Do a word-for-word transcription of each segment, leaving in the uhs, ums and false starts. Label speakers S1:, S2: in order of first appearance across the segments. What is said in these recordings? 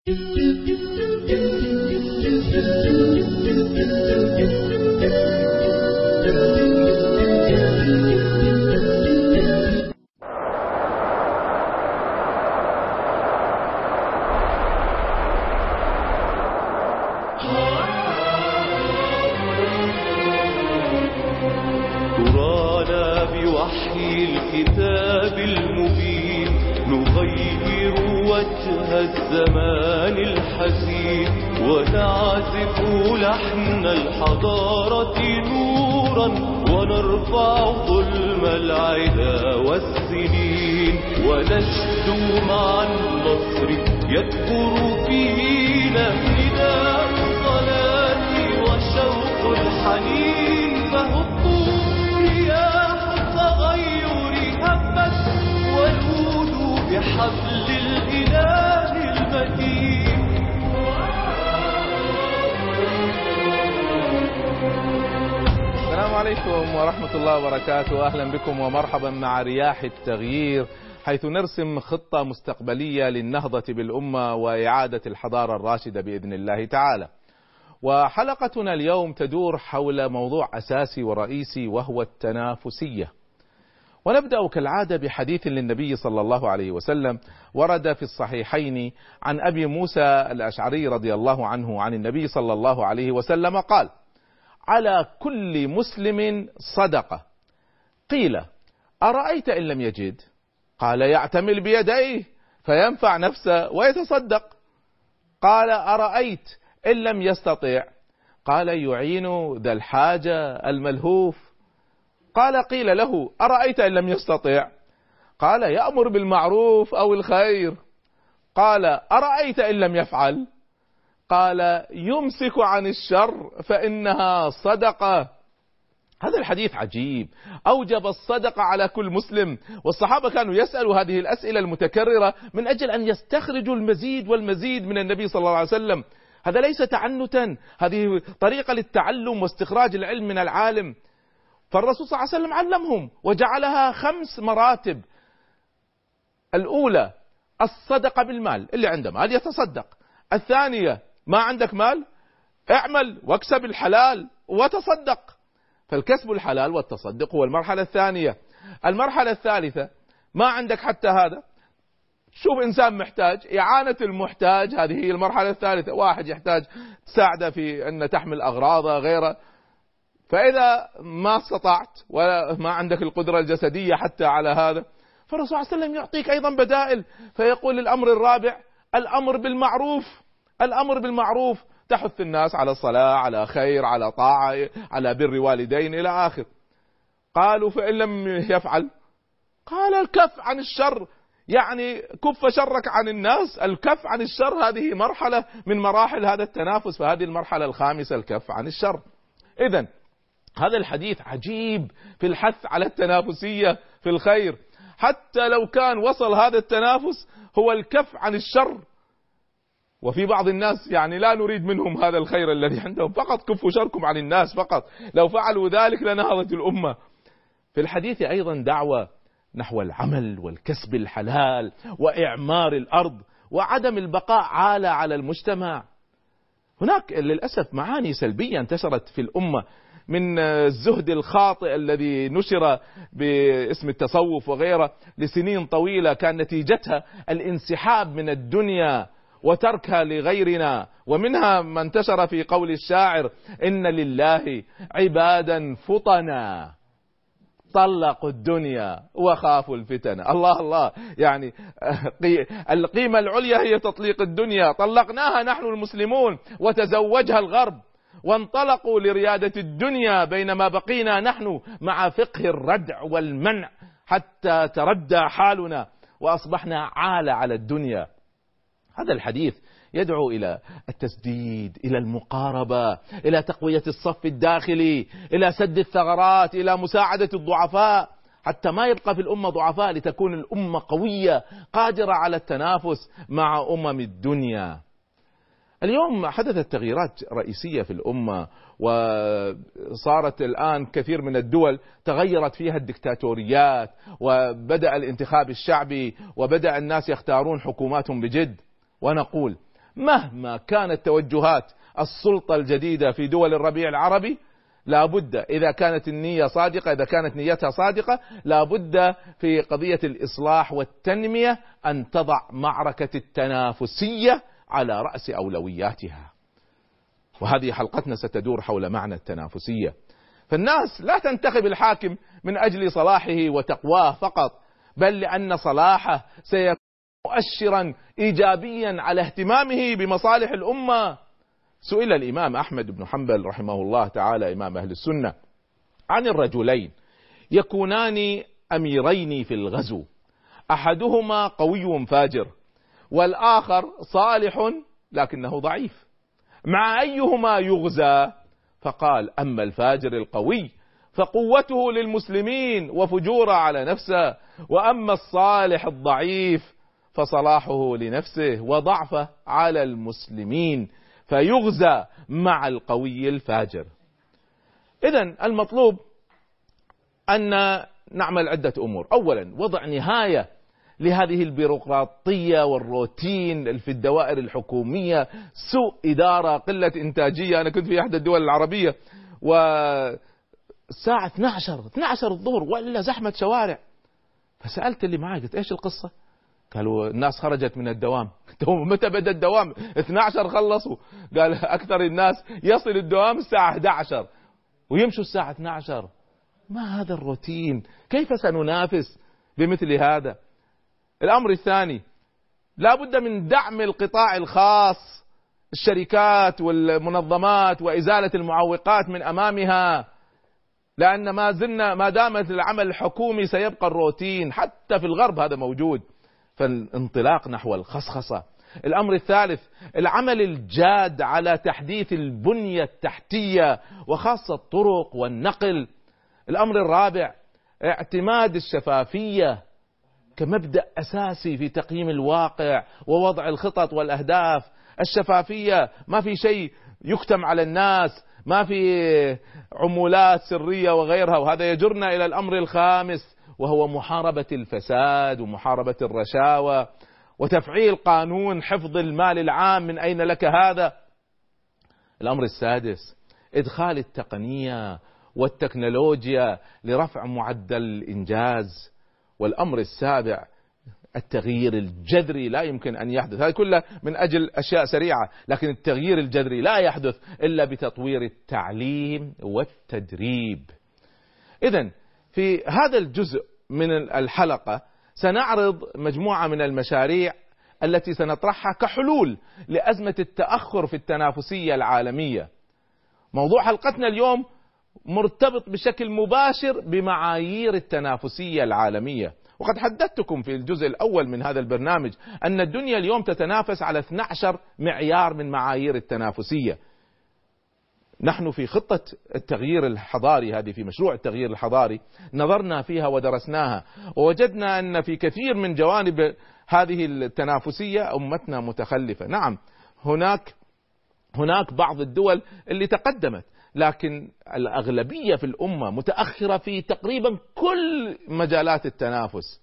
S1: ترانا بوحي الكتاب المبين نغير وجه الزمان الحزين ونعزف لحن الحضارة نورا ونرفع ظلم العدا والسنين ونشدو مع النصر يكبر فينا نداء الصلاة وشوق الحنين فهبوا رياح التغير هبت ولودوا بحبل الإله المتين.
S2: السلام عليكم ورحمة الله وبركاته. أهلا بكم ومرحبا مع رياح التغيير، حيث نرسم خطة مستقبلية للنهضة بالأمة وإعادة الحضارة الراشدة بإذن الله تعالى. وحلقتنا اليوم تدور حول موضوع أساسي ورئيسي وهو التنافسية. ونبدأ كالعادة بحديث للنبي صلى الله عليه وسلم ورد في الصحيحين عن أبي موسى الأشعري رضي الله عنه عن النبي صلى الله عليه وسلم قال: على كل مسلم صدقة. قيل: أرأيت إن لم يجد؟ قال: يعتمل بيديه فينفع نفسه ويتصدق. قال: أرأيت إن لم يستطع؟ قال: يعين ذا الحاجة الملهوف. قال: قيل له: أرأيت إن لم يستطع؟ قال: يأمر بالمعروف أو الخير. قال: أرأيت إن لم يفعل؟ قال: يمسك عن الشر فإنها صدقة. هذا الحديث عجيب، أوجب الصدقة على كل مسلم، والصحابة كانوا يسألوا هذه الأسئلة المتكررة من أجل أن يستخرجوا المزيد والمزيد من النبي صلى الله عليه وسلم. هذا ليس تعنتا، هذه طريقة للتعلم واستخراج العلم من العالم. فالرسول صلى الله عليه وسلم علمهم وجعلها خمس مراتب. الأولى الصدقة بالمال، اللي عنده مال يتصدق. الثانية ما عندك مال اعمل واكسب الحلال وتصدق، فالكسب الحلال والتصدق هو المرحلة الثانية. المرحلة الثالثة ما عندك حتى هذا، شوف إنسان محتاج، إعانة المحتاج، هذه هي المرحلة الثالثة. واحد يحتاج تساعده في أن تحمل أغراضه غيره، فإذا ما استطعت ولا ما عندك القدرة الجسدية حتى على هذا، فالرسول صلى الله عليه وسلم يعطيك أيضا بدائل، فيقول الأمر الرابع الأمر بالمعروف. الأمر بالمعروف تحث الناس على الصلاة، على خير، على طاعة، على بر والدين إلى آخر. قالوا: فإن لم يفعل؟ قال: الكف عن الشر، يعني كف شرك عن الناس. الكف عن الشر هذه مرحلة من مراحل هذا التنافس، فهذه المرحلة الخامسة الكف عن الشر. إذن هذا الحديث عجيب في الحث على التنافسية في الخير، حتى لو كان وصل هذا التنافس هو الكف عن الشر. وفي بعض الناس يعني لا نريد منهم هذا الخير الذي عندهم، فقط كفوا شركم عن الناس فقط، لو فعلوا ذلك لنهضت الأمة. في الحديث أيضا دعوة نحو العمل والكسب الحلال وإعمار الأرض وعدم البقاء عالة على المجتمع. هناك للأسف معاني سلبية انتشرت في الأمة من الزهد الخاطئ الذي نشر باسم التصوف وغيره لسنين طويلة، كان نتيجتها الانسحاب من الدنيا وتركها لغيرنا. ومنها ما انتشر في قول الشاعر: إن لله عبادا فطنا طلقوا الدنيا وخافوا الفتن. الله الله، يعني القيمة العليا هي تطليق الدنيا، طلقناها نحن المسلمون وتزوجها الغرب، وانطلقوا لريادة الدنيا، بينما بقينا نحن مع فقه الردع والمنع حتى تردى حالنا وأصبحنا عالة على الدنيا. هذا الحديث يدعو إلى التسديد، إلى المقاربة، إلى تقوية الصف الداخلي، إلى سد الثغرات، إلى مساعدة الضعفاء، حتى ما يبقى في الأمة ضعفاء، لتكون الأمة قوية قادرة على التنافس مع أمم الدنيا. اليوم حدثت تغييرات رئيسية في الأمة، وصارت الآن كثير من الدول تغيرت فيها الدكتاتوريات، وبدأ الانتخاب الشعبي، وبدأ الناس يختارون حكوماتهم بجد. ونقول مهما كانت توجهات السلطة الجديدة في دول الربيع العربي، لابد إذا كانت النية صادقة، إذا كانت نيتها صادقة، لابد في قضية الإصلاح والتنمية أن تضع معركة التنافسية على رأس أولوياتها. وهذه حلقتنا ستدور حول معنى التنافسية. فالناس لا تنتخب الحاكم من أجل صلاحه وتقواه فقط، بل لأن صلاحه سيكون مؤشرا إيجابيا على اهتمامه بمصالح الأمة. سئل الإمام أحمد بن حنبل رحمه الله تعالى إمام أهل السنة عن الرجلين يكونان أميرين في الغزو، أحدهما قوي فاجر والآخر صالح لكنه ضعيف، مع أيهما يغزى؟ فقال: أما الفاجر القوي فقوته للمسلمين وفجوره على نفسه، وأما الصالح الضعيف فصلاحه لنفسه وضعفه على المسلمين، فيغزى مع القوي الفاجر. إذن المطلوب أن نعمل عدة أمور. أولا، وضع نهاية لهذه البيروقراطية والروتين في الدوائر الحكومية، سوء إدارة، قلة إنتاجية. أنا كنت في أحد الدول العربية والساعة اثني عشر الظهر ولا زحمة شوارع، فسألت اللي معي قلت: إيش القصة؟ قالوا: الناس خرجت من الدوام. متى بدأ الدوام؟ اثني عشر خلصوا. قال: أكثر الناس يصل الدوام الساعة أحد عشر ويمشوا الساعة اثني عشر. ما هذا الروتين؟ كيف سننافس بمثل هذا؟ الأمر الثاني، لا بد من دعم القطاع الخاص، الشركات والمنظمات، وإزالة المعوقات من أمامها، لأن ما زلنا ما دامت العمل الحكومي سيبقى الروتين. حتى في الغرب هذا موجود. فالانطلاق نحو الخصخصة. الأمر الثالث، العمل الجاد على تحديث البنية التحتية وخاصة الطرق والنقل. الأمر الرابع، اعتماد الشفافية كمبدأ أساسي في تقييم الواقع ووضع الخطط والأهداف. الشفافية، ما في شيء يكتم على الناس، ما في عمولات سرية وغيرها. وهذا يجرنا إلى الأمر الخامس، وهو محاربة الفساد ومحاربة الرشاوى وتفعيل قانون حفظ المال العام. من أين لك هذا؟ الأمر السادس، إدخال التقنية والتكنولوجيا لرفع معدل الإنجاز. والأمر السابع، التغيير الجذري لا يمكن أن يحدث، هذا كله من أجل أشياء سريعة، لكن التغيير الجذري لا يحدث إلا بتطوير التعليم والتدريب. إذن في هذا الجزء من الحلقة سنعرض مجموعة من المشاريع التي سنطرحها كحلول لأزمة التأخر في التنافسية العالمية. موضوع حلقتنا اليوم مرتبط بشكل مباشر بمعايير التنافسية العالمية. وقد حدثتكم في الجزء الأول من هذا البرنامج أن الدنيا اليوم تتنافس على اثني عشر معيار من معايير التنافسية. نحن في خطة التغيير الحضاري، هذه في مشروع التغيير الحضاري، نظرنا فيها ودرسناها، ووجدنا أن في كثير من جوانب هذه التنافسية أمتنا متخلفة. نعم، هناك هناك بعض الدول اللي تقدمت، لكن الأغلبية في الأمة متأخرة في تقريبا كل مجالات التنافس.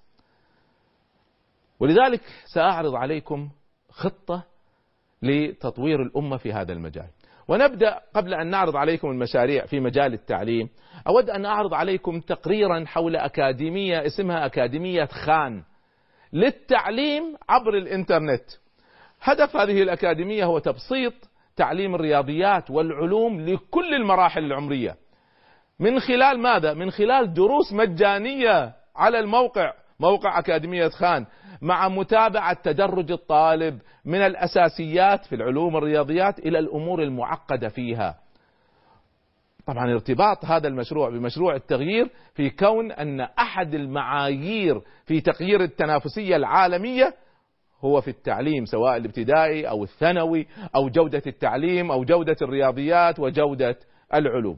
S2: ولذلك سأعرض عليكم خطة لتطوير الأمة في هذا المجال. ونبدأ، قبل أن نعرض عليكم المشاريع في مجال التعليم، أود أن أعرض عليكم تقريرا حول أكاديمية اسمها أكاديمية خان للتعليم عبر الإنترنت. هدف هذه الأكاديمية هو تبسيط تعليم الرياضيات والعلوم لكل المراحل العمرية. من خلال ماذا؟ من خلال دروس مجانية على الموقع، موقع أكاديمية خان، مع متابعة تدرج الطالب من الأساسيات في العلوم الرياضيات إلى الأمور المعقدة فيها. طبعا ارتباط هذا المشروع بمشروع التغيير في كون أن أحد المعايير في تغيير التنافسية العالمية هو في التعليم، سواء الابتدائي أو الثانوي أو جودة التعليم أو جودة الرياضيات وجودة العلوم.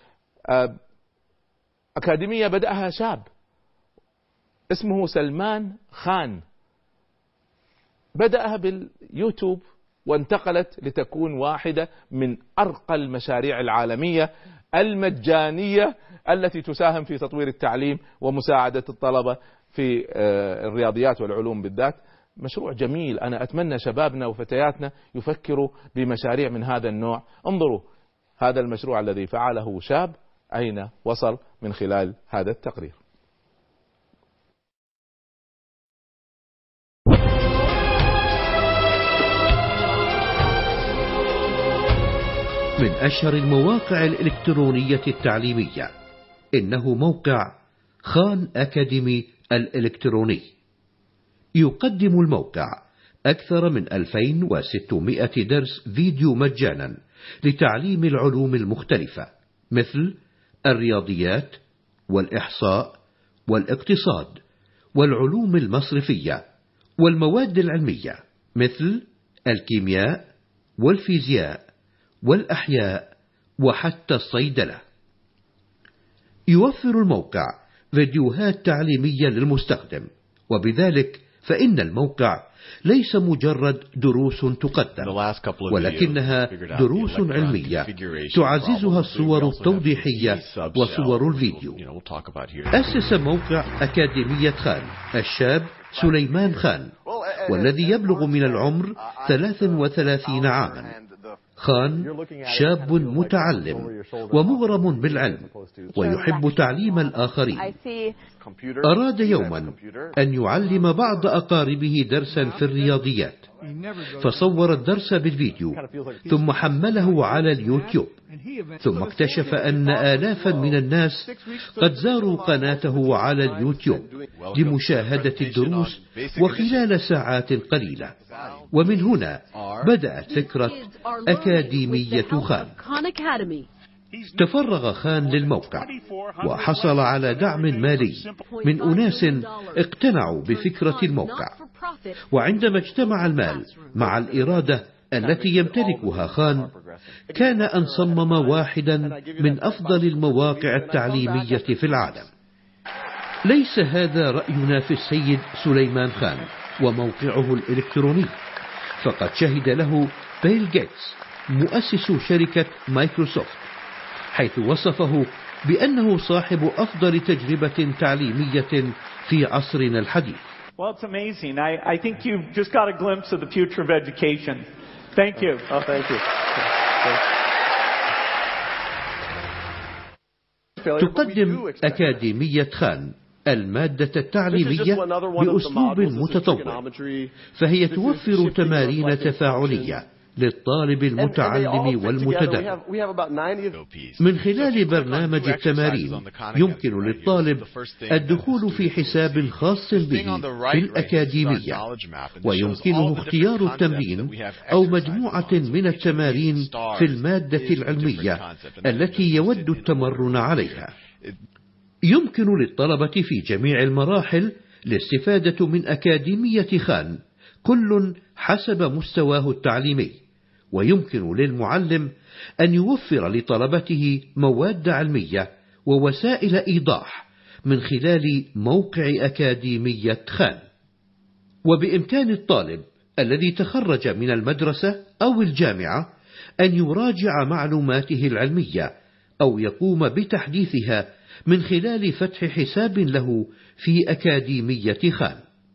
S2: أكاديمية بدأها شاب اسمه سلمان خان، بدأها باليوتيوب وانتقلت لتكون واحدة من أرقى المشاريع العالمية المجانية التي تساهم في تطوير التعليم ومساعدة الطلبة في الرياضيات والعلوم بالذات مشروع جميل. أنا أتمنى شبابنا وفتياتنا يفكروا بمشاريع من هذا النوع. انظروا هذا المشروع الذي فعله شاب أين وصل من خلال هذا التقرير.
S3: من أشهر المواقع الإلكترونية التعليمية إنه موقع خان أكاديمي الإلكتروني. يقدم الموقع أكثر من ألفين وستمائة درس فيديو مجانا لتعليم العلوم المختلفة مثل الرياضيات والإحصاء والاقتصاد والعلوم المصرفية والمواد العلمية مثل الكيمياء والفيزياء والأحياء وحتى الصيدلة. يوفر الموقع فيديوهات تعليمية للمستخدم، وبذلك فإن الموقع ليس مجرد دروس تقدم، ولكنها دروس علمية تعززها الصور التوضيحية وصور الفيديو. أسس موقع أكاديمية خان الشاب سليمان خان، والذي يبلغ من العمر ثلاث وثلاثين عاما. خان شاب متعلم ومغرم بالعلم ويحب تعليم الآخرين. أراد يوما أن يعلم بعض أقاربه درسا في الرياضيات، فصور الدرس بالفيديو ثم حمله على اليوتيوب، ثم اكتشف أن آلافا من الناس قد زاروا قناته على اليوتيوب لمشاهدة الدروس وخلال ساعات قليلة. ومن هنا بدأت فكرة أكاديمية خان. تفرغ خان للموقع وحصل على دعم مالي من أناس اقتنعوا بفكرة الموقع، وعندما اجتمع المال مع الإرادة التي يمتلكها خان كان أن صمم واحدا من أفضل المواقع التعليمية في العالم. ليس هذا رأينا في السيد سليمان خان وموقعه الإلكتروني، فقد شهد له بيل جيتس مؤسس شركة مايكروسوفت، حيث وصفه بأنه صاحب أفضل تجربة تعليمية في عصرنا الحديث.
S4: Well, it's amazing. I, I think you've just got a glimpse of the future of education. Thank you. Oh, thank you.
S3: تقدم أكاديمية خان المادة التعليمية بأسلوب متطور، فهي توفر تمارين تفاعلية للطالب المتعلم والمتدرب. من خلال برنامج التمارين يمكن للطالب الدخول في حساب خاص به في الأكاديمية، ويمكنه اختيار التمرين أو مجموعة من التمارين في المادة العلمية التي يود التمرن عليها. يمكن للطلبة في جميع المراحل الاستفادة من أكاديمية خان كل حسب مستواه التعليمي، ويمكن للمعلم أن يوفر لطلبته مواد علمية ووسائل إيضاح من خلال موقع أكاديمية خان. وبإمكان الطالب الذي تخرج من المدرسة أو الجامعة أن يراجع معلوماته العلمية أو يقوم بتحديثها من خلال فتح حساب له في أكاديمية خان.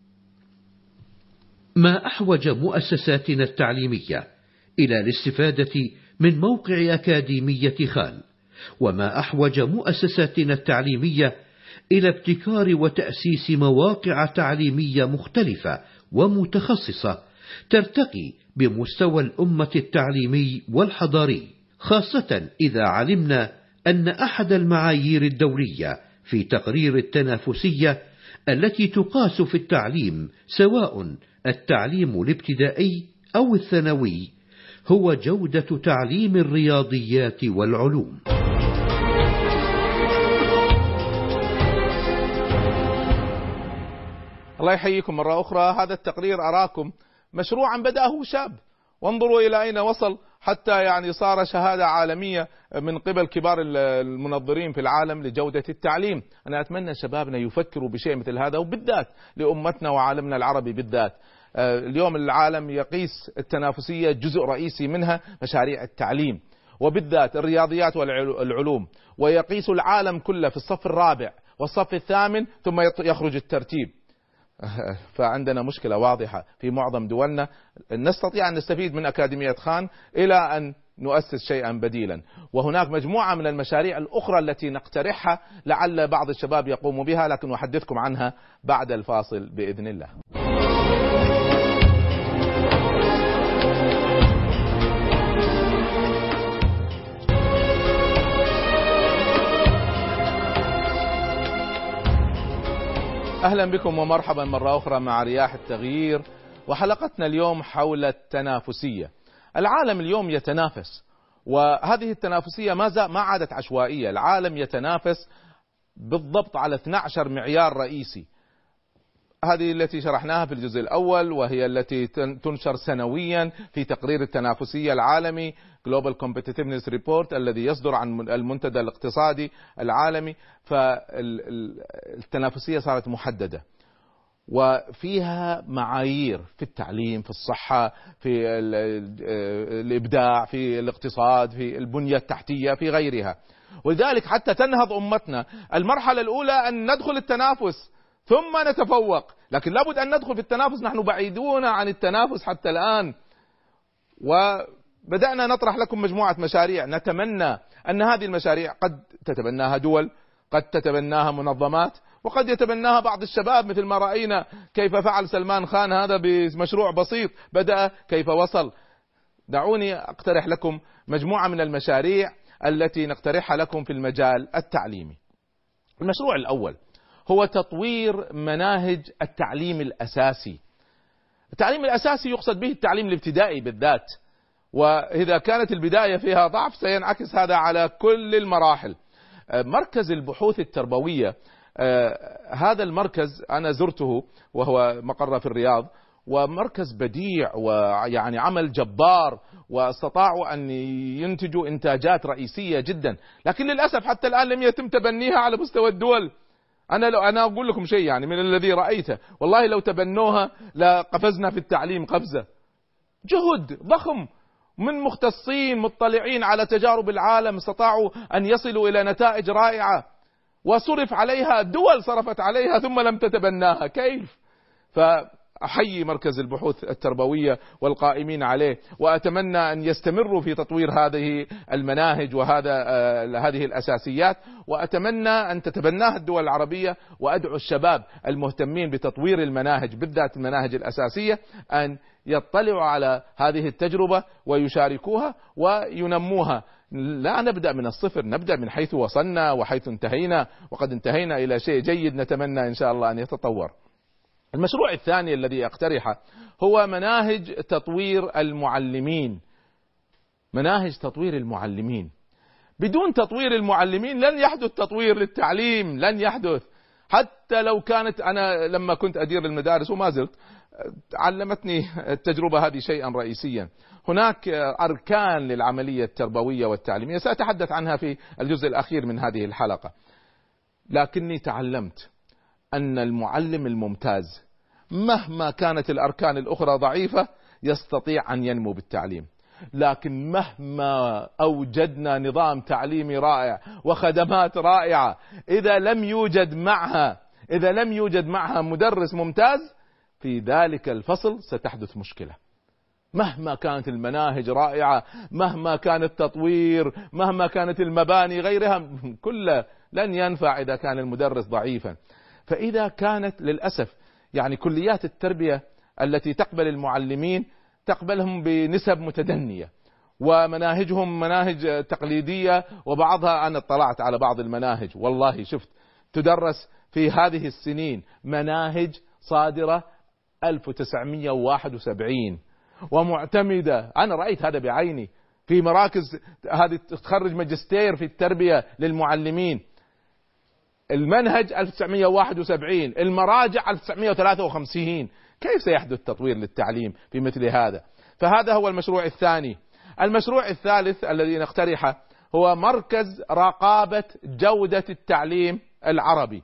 S3: ما أحوج مؤسساتنا التعليمية إلى الاستفادة من موقع أكاديمية خان، وما أحوج مؤسساتنا التعليمية إلى ابتكار وتأسيس مواقع تعليمية مختلفة ومتخصصة ترتقي بمستوى الأمة التعليمي والحضاري، خاصة إذا علمنا أن أحد المعايير الدولية في تقرير التنافسية التي تقاس في التعليم سواء التعليم الابتدائي أو الثانوي هو جودة تعليم الرياضيات والعلوم.
S2: الله يحييكم مرة أخرى. هذا التقرير أراكم مشروعا بدأه شاب، وانظروا إلى أين وصل حتى يعني صار شهادة عالمية من قبل كبار المنظرين في العالم لجودة التعليم. أنا أتمنى شبابنا يفكروا بشيء مثل هذا، وبالذات لأمتنا وعالمنا العربي بالذات. اليوم العالم يقيس التنافسية، جزء رئيسي منها مشاريع التعليم وبالذات الرياضيات والعلوم، ويقيس العالم كله في الصف الرابع والصف الثامن ثم يخرج الترتيب. فعندنا مشكلة واضحة في معظم دولنا. نستطيع أن نستفيد من أكاديمية خان إلى أن نؤسس شيئا بديلا، وهناك مجموعة من المشاريع الأخرى التي نقترحها لعل بعض الشباب يقوم بها، لكن أحدثكم عنها بعد الفاصل بإذن الله. أهلا بكم ومرحبا مرة أخرى مع رياح التغيير، وحلقتنا اليوم حول التنافسية. العالم اليوم يتنافس، وهذه التنافسية ما ما عادت عشوائية. العالم يتنافس بالضبط على اثني عشر معيار رئيسي. هذه التي شرحناها في الجزء الأول، وهي التي تنشر سنويا في تقرير التنافسية العالمي Global Competitiveness Report الذي يصدر عن المنتدى الاقتصادي العالمي. فالتنافسية صارت محددة، وفيها معايير في التعليم، في الصحة، في الإبداع، في الاقتصاد، في البنية التحتية، في غيرها. ولذلك حتى تنهض أمتنا المرحلة الأولى أن ندخل التنافس ثم نتفوق، لكن لابد أن ندخل في التنافس. نحن بعيدون عن التنافس حتى الآن، وبدأنا نطرح لكم مجموعة مشاريع. نتمنى أن هذه المشاريع قد تتبناها دول، قد تتبناها منظمات، وقد يتبناها بعض الشباب، مثل ما رأينا كيف فعل سلمان خان هذا بمشروع بسيط بدأ كيف وصل. دعوني أقترح لكم مجموعة من المشاريع التي نقترحها لكم في المجال التعليمي. المشروع الأول هو تطوير مناهج التعليم الأساسي. التعليم الأساسي يقصد به التعليم الابتدائي بالذات، وإذا كانت البداية فيها ضعف سينعكس هذا على كل المراحل. مركز البحوث التربوية، هذا المركز أنا زرته وهو مقر في الرياض، ومركز بديع ويعني عمل جبار، واستطاعوا أن ينتجوا إنتاجات رئيسية جدا، لكن للأسف حتى الآن لم يتم تبنيها على مستوى الدول. أنا لو أنا أقول لكم شيء يعني من الذي رأيته، والله لو تبنوها لقفزنا في التعليم قفزة. جهد ضخم من مختصين مطلعين على تجارب العالم استطاعوا أن يصلوا إلى نتائج رائعة، وصرف عليها، دول صرفت عليها ثم لم تتبناها. كيف؟ فأحيي مركز البحوث التربوية والقائمين عليه، وأتمنى أن يستمروا في تطوير هذه المناهج وهذا هذه الأساسيات، وأتمنى أن تتبناها الدول العربية. وأدعو الشباب المهتمين بتطوير المناهج بالذات المناهج الأساسية أن يطلعوا على هذه التجربة ويشاركوها وينموها. لا نبدأ من الصفر، نبدأ من حيث وصلنا وحيث انتهينا، وقد انتهينا إلى شيء جيد نتمنى إن شاء الله أن يتطور. المشروع الثاني الذي أقترحه هو مناهج تطوير المعلمين. مناهج تطوير المعلمين، بدون تطوير المعلمين لن يحدث تطوير للتعليم، لن يحدث. حتى لو كانت، أنا لما كنت أدير المدارس وما زلت، علمتني التجربة هذه شيئا رئيسيا. هناك أركان للعملية التربوية والتعليمية سأتحدث عنها في الجزء الأخير من هذه الحلقة، لكني تعلمت أن المعلم الممتاز مهما كانت الأركان الأخرى ضعيفة يستطيع أن ينمو بالتعليم، لكن مهما أوجدنا نظام تعليمي رائع وخدمات رائعة، إذا لم يوجد معها إذا لم يوجد معها مدرس ممتاز في ذلك الفصل ستحدث مشكلة. مهما كانت المناهج رائعة، مهما كان التطوير، مهما كانت المباني غيرها، كله لن ينفع إذا كان المدرس ضعيفا. فإذا كانت للأسف يعني كليات التربية التي تقبل المعلمين تقبلهم بنسب متدنية، ومناهجهم مناهج تقليدية، وبعضها أنا اطلعت على بعض المناهج والله شفت تدرس في هذه السنين مناهج صادرة ألف وتسعمئة وواحد وسبعين ومعتمدة. أنا رأيت هذا بعيني في مراكز هذه تخرج ماجستير في التربية للمعلمين. المنهج ألف وتسعمئة وواحد وسبعين، المراجع ألف وتسعمئة وثلاثة وخمسين. كيف سيحدث تطوير للتعليم في مثل هذا؟ فهذا هو المشروع الثاني. المشروع الثالث الذي نقترحه هو مركز رقابة جودة التعليم العربي.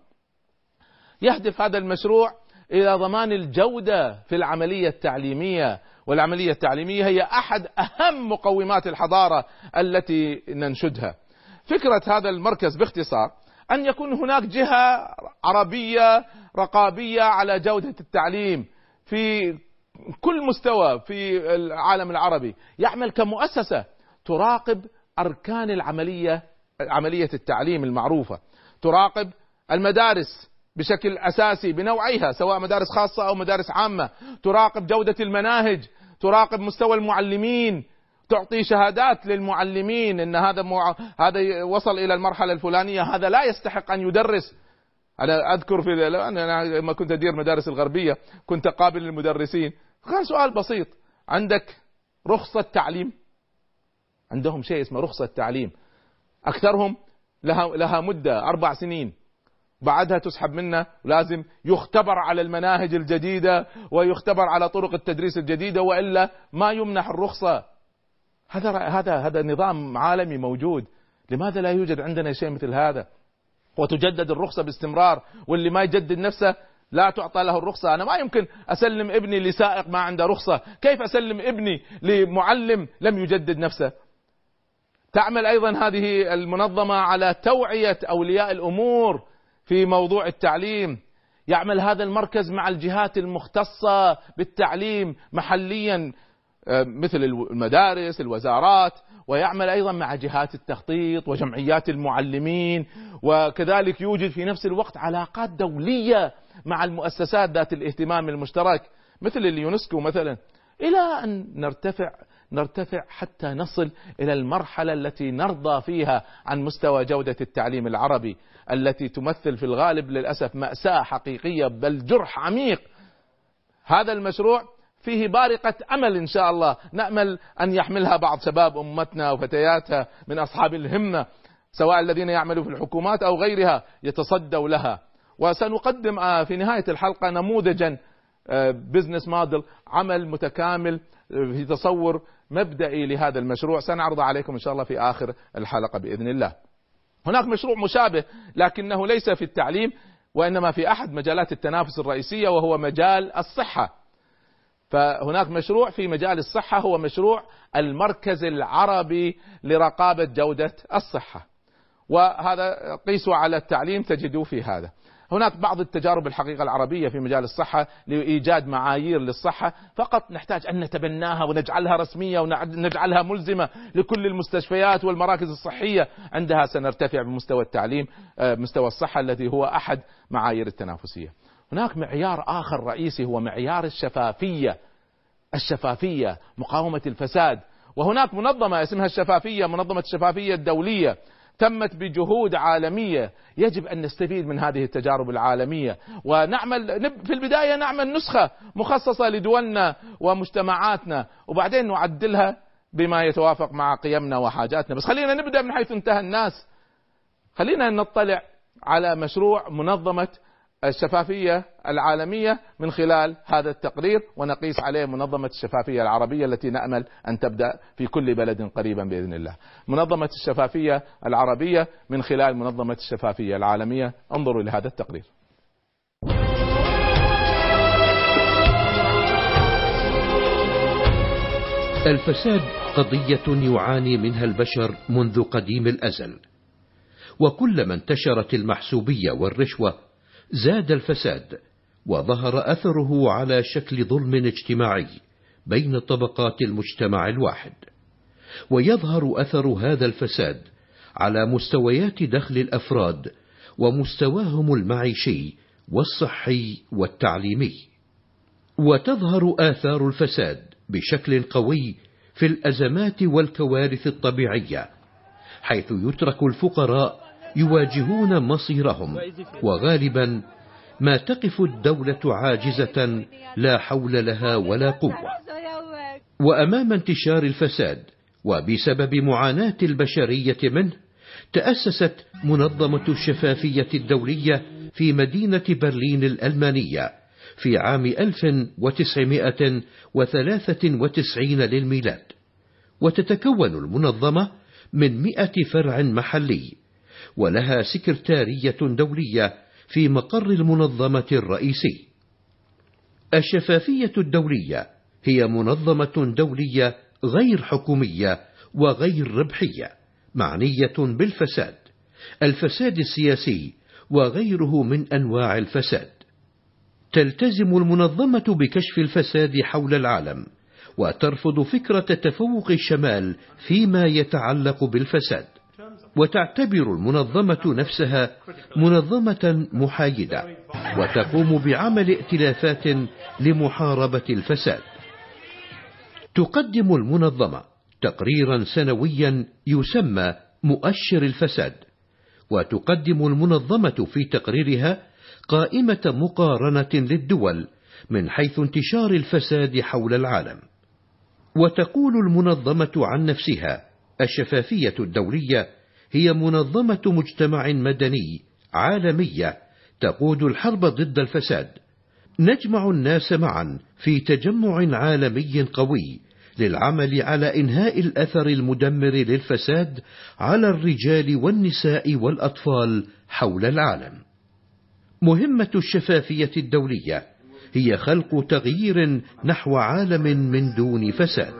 S2: يهدف هذا المشروع إلى ضمان الجودة في العملية التعليمية، والعملية التعليمية هي أحد أهم مقومات الحضارة التي ننشدها. فكرة هذا المركز باختصار أن يكون هناك جهة عربية رقابية على جودة التعليم في كل مستوى في العالم العربي، يعمل كمؤسسة تراقب أركان العملية عملية التعليم المعروفة، تراقب المدارس بشكل أساسي بنوعيها سواء مدارس خاصة أو مدارس عامة، تراقب جودة المناهج، تراقب مستوى المعلمين، تعطي شهادات للمعلمين ان هذا مع... هذا وصل الى المرحله الفلانيه، هذا لا يستحق ان يدرس. انا اذكر في انا لما كنت ادير مدارس الغربيه كنت اقابل المدرسين، كان سؤال بسيط: عندك رخصه تعليم؟ عندهم شيء اسمه رخصه تعليم، اكثرهم لها لها مده اربع سنين، بعدها تسحب منه، ولازم يختبر على المناهج الجديده ويختبر على طرق التدريس الجديده، والا ما يمنح الرخصه. هذا هذا هذا نظام عالمي موجود، لماذا لا يوجد عندنا شيء مثل هذا؟ وتجدد الرخصة باستمرار، واللي ما يجدد نفسه لا تعطى له الرخصة. أنا ما يمكن أسلم ابني لسائق ما عنده رخصة، كيف أسلم ابني لمعلم لم يجدد نفسه؟ تعمل أيضا هذه المنظمة على توعية أولياء الأمور في موضوع التعليم، يعمل هذا المركز مع الجهات المختصة بالتعليم محليا مثل المدارس، الوزارات، ويعمل أيضا مع جهات التخطيط وجمعيات المعلمين، وكذلك يوجد في نفس الوقت علاقات دولية مع المؤسسات ذات الاهتمام المشترك مثل اليونسكو مثلا، إلى أن نرتفع نرتفع حتى نصل إلى المرحلة التي نرضى فيها عن مستوى جودة التعليم العربي، التي تمثل في الغالب للأسف مأساة حقيقية بل جرح عميق. هذا المشروع فيه بارقة أمل إن شاء الله، نأمل أن يحملها بعض شباب أمتنا وفتياتها من أصحاب الهمة، سواء الذين يعملوا في الحكومات أو غيرها، يتصدوا لها. وسنقدم في نهاية الحلقة نموذجا بزنس موديل، عمل متكامل في تصور مبدئي لهذا المشروع، سنعرض عليكم إن شاء الله في آخر الحلقة بإذن الله. هناك مشروع مشابه لكنه ليس في التعليم وإنما في أحد مجالات التنافس الرئيسية، وهو مجال الصحة. فهناك مشروع في مجال الصحة هو مشروع المركز العربي لرقابة جودة الصحة، وهذا قيسوا على التعليم تجدوا في هذا. هناك بعض التجارب الحقيقة العربية في مجال الصحة لإيجاد معايير للصحة، فقط نحتاج أن نتبناها ونجعلها رسمية ونجعلها ملزمة لكل المستشفيات والمراكز الصحية، عندها سنرتفع بمستوى التعليم مستوى الصحة الذي هو أحد معايير التنافسية. هناك معيار آخر رئيسي هو معيار الشفافية، الشفافية مقاومة الفساد، وهناك منظمة اسمها الشفافية، منظمة الشفافية الدولية، تمت بجهود عالمية، يجب أن نستفيد من هذه التجارب العالمية ونعمل في البداية نعمل نسخة مخصصة لدولنا ومجتمعاتنا، وبعدين نعدلها بما يتوافق مع قيمنا وحاجاتنا. بس خلينا نبدأ من حيث انتهى الناس، خلينا نطلع على مشروع منظمة الشفافية العالمية من خلال هذا التقرير، ونقيس عليه منظمة الشفافية العربية التي نأمل أن تبدأ في كل بلد قريبا بإذن الله. منظمة الشفافية العربية من خلال منظمة الشفافية العالمية، انظروا لهذا التقرير.
S3: الفساد قضية يعاني منها البشر منذ قديم الأزل، وكلما انتشرت المحسوبية والرشوة زاد الفساد، وظهر أثره على شكل ظلم اجتماعي بين طبقات المجتمع الواحد. ويظهر أثر هذا الفساد على مستويات دخل الأفراد ومستواهم المعيشي والصحي والتعليمي. وتظهر آثار الفساد بشكل قوي في الأزمات والكوارث الطبيعية، حيث يترك الفقراء يواجهون مصيرهم، وغالبا ما تقف الدولة عاجزة لا حول لها ولا قوة. وأمام انتشار الفساد وبسبب معاناة البشرية منه، تأسست منظمة الشفافية الدولية في مدينة برلين الألمانية في عام ألف وتسعمائة وثلاثة وتسعين للميلاد، وتتكون المنظمة من مئة فرع محلي، ولها سكرتارية دولية في مقر المنظمة الرئيسي. الشفافية الدولية هي منظمة دولية غير حكومية وغير ربحية، معنية بالفساد، الفساد السياسي وغيره من أنواع الفساد. تلتزم المنظمة بكشف الفساد حول العالم، وترفض فكرة تفوق الشمال فيما يتعلق بالفساد، وتعتبر المنظمة نفسها منظمة محايدة، وتقوم بعمل ائتلافات لمحاربة الفساد. تقدم المنظمة تقريرا سنويا يسمى مؤشر الفساد، وتقدم المنظمة في تقريرها قائمة مقارنة للدول من حيث انتشار الفساد حول العالم. وتقول المنظمة عن نفسها: الشفافية الدولية هي منظمة مجتمع مدني عالمية تقود الحرب ضد الفساد. نجمع الناس معا في تجمع عالمي قوي للعمل على إنهاء الأثر المدمر للفساد على الرجال والنساء والأطفال حول العالم. مهمة الشفافية الدولية هي خلق تغيير نحو عالم من دون فساد.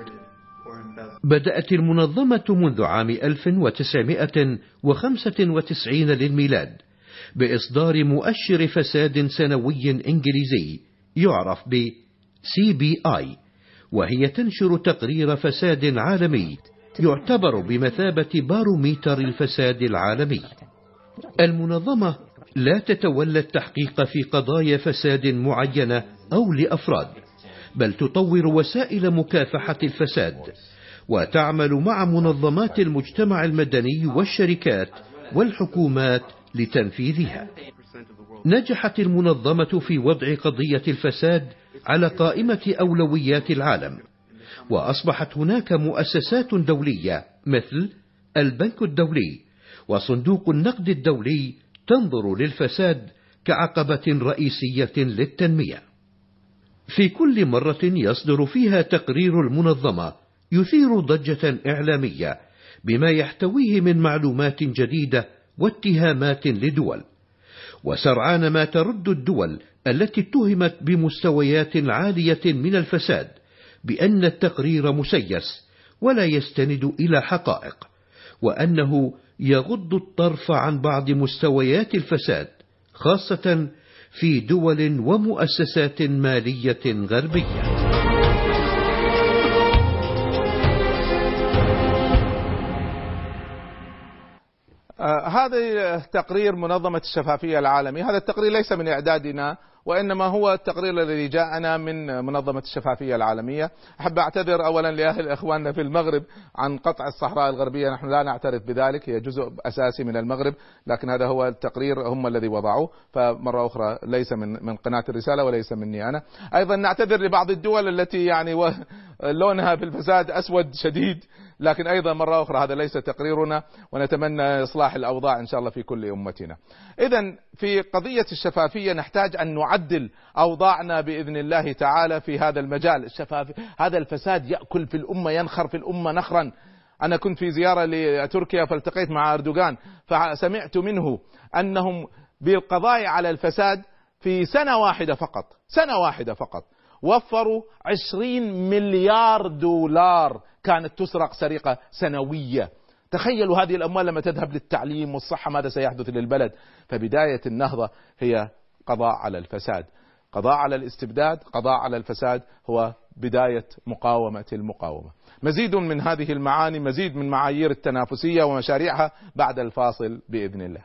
S3: بدأت المنظمة منذ عام ألف وتسعمائة وخمسة وتسعين للميلاد بإصدار مؤشر فساد سنوي إنجليزي يعرف ب سي بي آي، وهي تنشر تقرير فساد عالمي يعتبر بمثابة باروميتر الفساد العالمي. المنظمة لا تتولى التحقيق في قضايا فساد معينة أو لأفراد، بل تطور وسائل مكافحة الفساد، وتعمل مع منظمات المجتمع المدني والشركات والحكومات لتنفيذها. نجحت المنظمة في وضع قضية الفساد على قائمة أولويات العالم، وأصبحت هناك مؤسسات دولية مثل البنك الدولي وصندوق النقد الدولي تنظر للفساد كعقبة رئيسية للتنمية. في كل مرة يصدر فيها تقرير المنظمة يثير ضجة إعلامية بما يحتويه من معلومات جديدة واتهامات لدول، وسرعان ما ترد الدول التي اتهمت بمستويات عالية من الفساد بأن التقرير مسيس ولا يستند إلى حقائق، وأنه يغض الطرف عن بعض مستويات الفساد، خاصة في دول ومؤسسات مالية غربية.
S2: آه هذا تقرير منظمة الشفافية العالمي. هذا التقرير ليس من إعدادنا، وإنما هو التقرير الذي جاءنا من منظمة الشفافية العالمية. أحب أعتذر أولا لأهل إخواننا في المغرب عن قطع الصحراء الغربية، نحن لا نعترف بذلك، هي جزء أساسي من المغرب، لكن هذا هو التقرير هم الذي وضعوه، فمرة أخرى ليس من من قناة الرسالة وليس مني أنا. أيضا نعتذر لبعض الدول التي يعني لونها في الفساد أسود شديد، لكن أيضا مرة أخرى هذا ليس تقريرنا، ونتمنى إصلاح الأوضاع إن شاء الله في كل أمتنا. إذن في قضية الشفافية نحتاج أن نعدل أوضاعنا بإذن الله تعالى في هذا المجال. الشفافية، هذا الفساد يأكل في الأمة، ينخر في الأمة نخرا. أنا كنت في زيارة لتركيا فالتقيت مع أردوغان، فسمعت منه أنهم بالقضاء على الفساد في سنة واحدة فقط سنة واحدة فقط وفروا عشرين مليار دولار كانت تسرق سرقة سنوية. تخيلوا هذه الأموال لما تذهب للتعليم والصحة ماذا سيحدث للبلد. فبداية النهضة هي قضاء على الفساد، قضاء على الاستبداد، قضاء على الفساد هو بداية مقاومة المقاومة. مزيد من هذه المعاني، مزيد من معايير التنافسية ومشاريعها بعد الفاصل بإذن الله.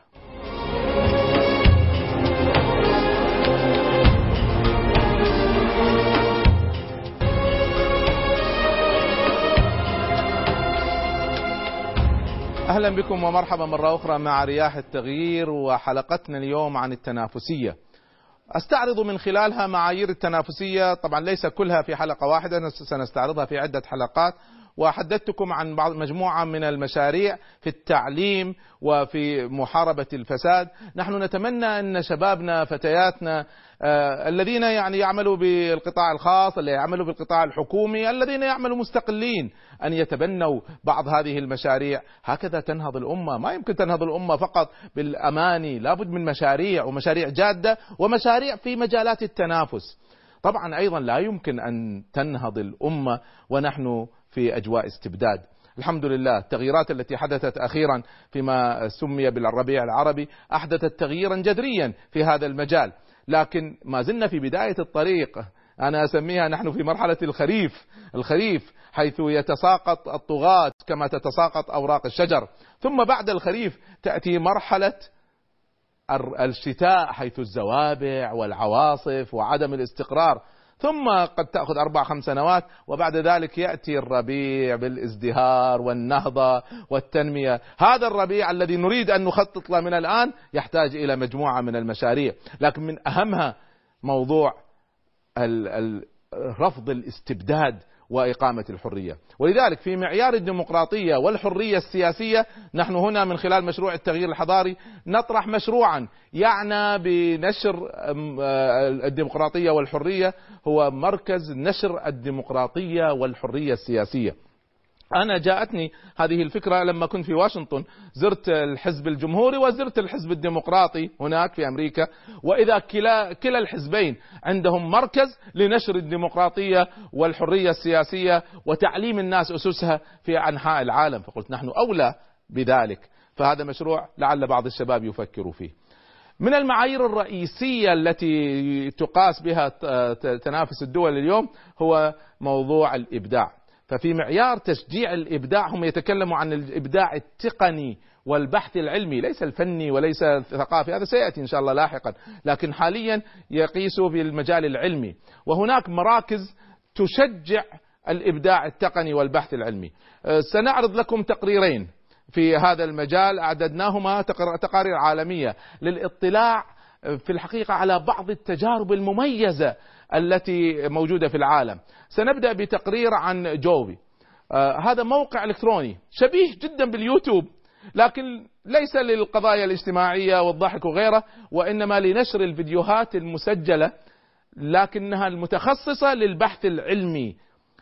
S2: أهلا بكم ومرحبا مرة أخرى مع رياح التغيير، وحلقتنا اليوم عن التنافسية. أستعرض من خلالها معايير التنافسية، طبعا ليس كلها في حلقة واحدة، سنستعرضها في عدة حلقات، وحدثتكم عن بعض مجموعة من المشاريع في التعليم وفي محاربة الفساد. نحن نتمنى أن شبابنا فتياتنا آه الذين يعني يعملوا بالقطاع الخاص، اللي يعملوا بالقطاع الحكومي، الذين يعملوا مستقلين، أن يتبنوا بعض هذه المشاريع. هكذا تنهض الأمة. ما يمكن تنهض الأمة فقط بالأماني، لابد من مشاريع، ومشاريع جادة، ومشاريع في مجالات التنافس. طبعا أيضا لا يمكن أن تنهض الأمة ونحن في أجواء استبداد. الحمد لله التغييرات التي حدثت أخيرا فيما سمي بالربيع العربي أحدثت تغييرا جذريا في هذا المجال، لكن ما زلنا في بداية الطريق. أنا أسميها نحن في مرحلة الخريف الخريف حيث يتساقط الطغاة كما تتساقط أوراق الشجر، ثم بعد الخريف تأتي مرحلة الشتاء حيث الزوابع والعواصف وعدم الاستقرار، ثم قد تأخذ أربع خمس سنوات، وبعد ذلك يأتي الربيع بالازدهار والنهضة والتنمية. هذا الربيع الذي نريد أن نخطط له من الآن يحتاج إلى مجموعة من المشاريع، لكن من أهمها موضوع رفض الاستبداد وإقامة الحرية. ولذلك في معيار الديمقراطية والحرية السياسية نحن هنا من خلال مشروع التغيير الحضاري نطرح مشروعا يعنى بنشر الديمقراطية والحرية، هو مركز نشر الديمقراطية والحرية السياسية. أنا جاءتني هذه الفكرة لما كنت في واشنطن، زرت الحزب الجمهوري وزرت الحزب الديمقراطي هناك في أمريكا، وإذا كلا, كلا الحزبين عندهم مركز لنشر الديمقراطية والحرية السياسية وتعليم الناس أسسها في أنحاء العالم، فقلت نحن أولى بذلك. فهذا مشروع لعل بعض الشباب يفكروا فيه. من المعايير الرئيسية التي تقاس بها تنافس الدول اليوم هو موضوع الإبداع. ففي معيار تشجيع الإبداع هم يتكلموا عن الإبداع التقني والبحث العلمي، ليس الفني وليس الثقافي، هذا سيأتي إن شاء الله لاحقا، لكن حاليا يقيسوا في المجال العلمي، وهناك مراكز تشجع الإبداع التقني والبحث العلمي. سنعرض لكم تقريرين في هذا المجال أعددناهما تقارير عالمية للإطلاع في الحقيقة على بعض التجارب المميزة التي موجودة في العالم. سنبدأ بتقرير عن جوفي. آه هذا موقع إلكتروني شبيه جدا باليوتيوب، لكن ليس للقضايا الاجتماعية والضحك وغيره، وإنما لنشر الفيديوهات المسجلة لكنها المتخصصة للبحث العلمي.